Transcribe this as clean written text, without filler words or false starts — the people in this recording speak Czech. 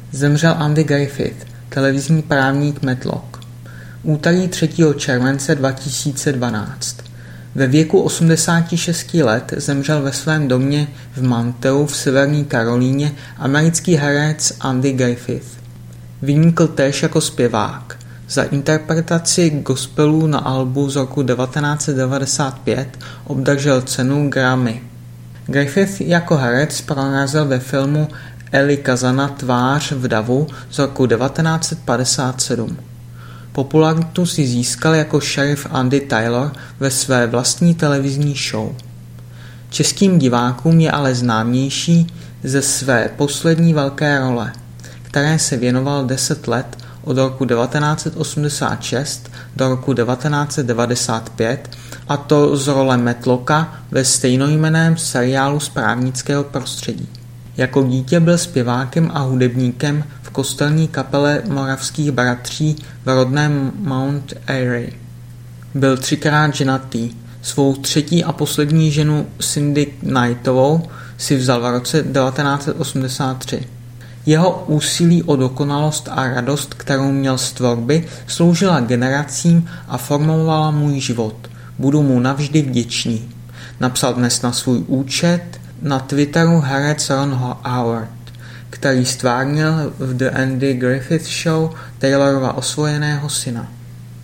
Zemřel Andy Griffith, televizní právník Matlock. Úterý 3. července 2012. Ve věku 86 let zemřel ve svém domě v Manteu v Severní Karolíně americký herec Andy Griffith. Vynikl též jako zpěvák. Za interpretaci gospelů na albu z roku 1995 obdržel cenu Grammy. Griffith jako herec prorazil ve filmu Eli Kazana Tvář v davu z roku 1957. Popularitu si získal jako šerif Andy Taylor ve své vlastní televizní show. Českým divákům je ale známější ze své poslední velké role, které se věnoval 10 let od roku 1986 do roku 1995, a to z role Matlocka ve stejnojmenném seriálu z právnického prostředí. Jako dítě byl zpěvákem a hudebníkem v kostelní kapele Moravských bratří v rodném Mount Airy. Byl 3krát ženatý. Svou třetí a poslední ženu Cindy Knightovou si vzal v roce 1983. Jeho úsilí o dokonalost a radost, kterou měl z tvorby, sloužila generacím a formovala můj život. Budu mu navždy vděčný. Napsal dnes na svůj účet na Twitteru herec Ron Howard, který stvárnil v The Andy Griffith Show Taylorova osvojeného syna.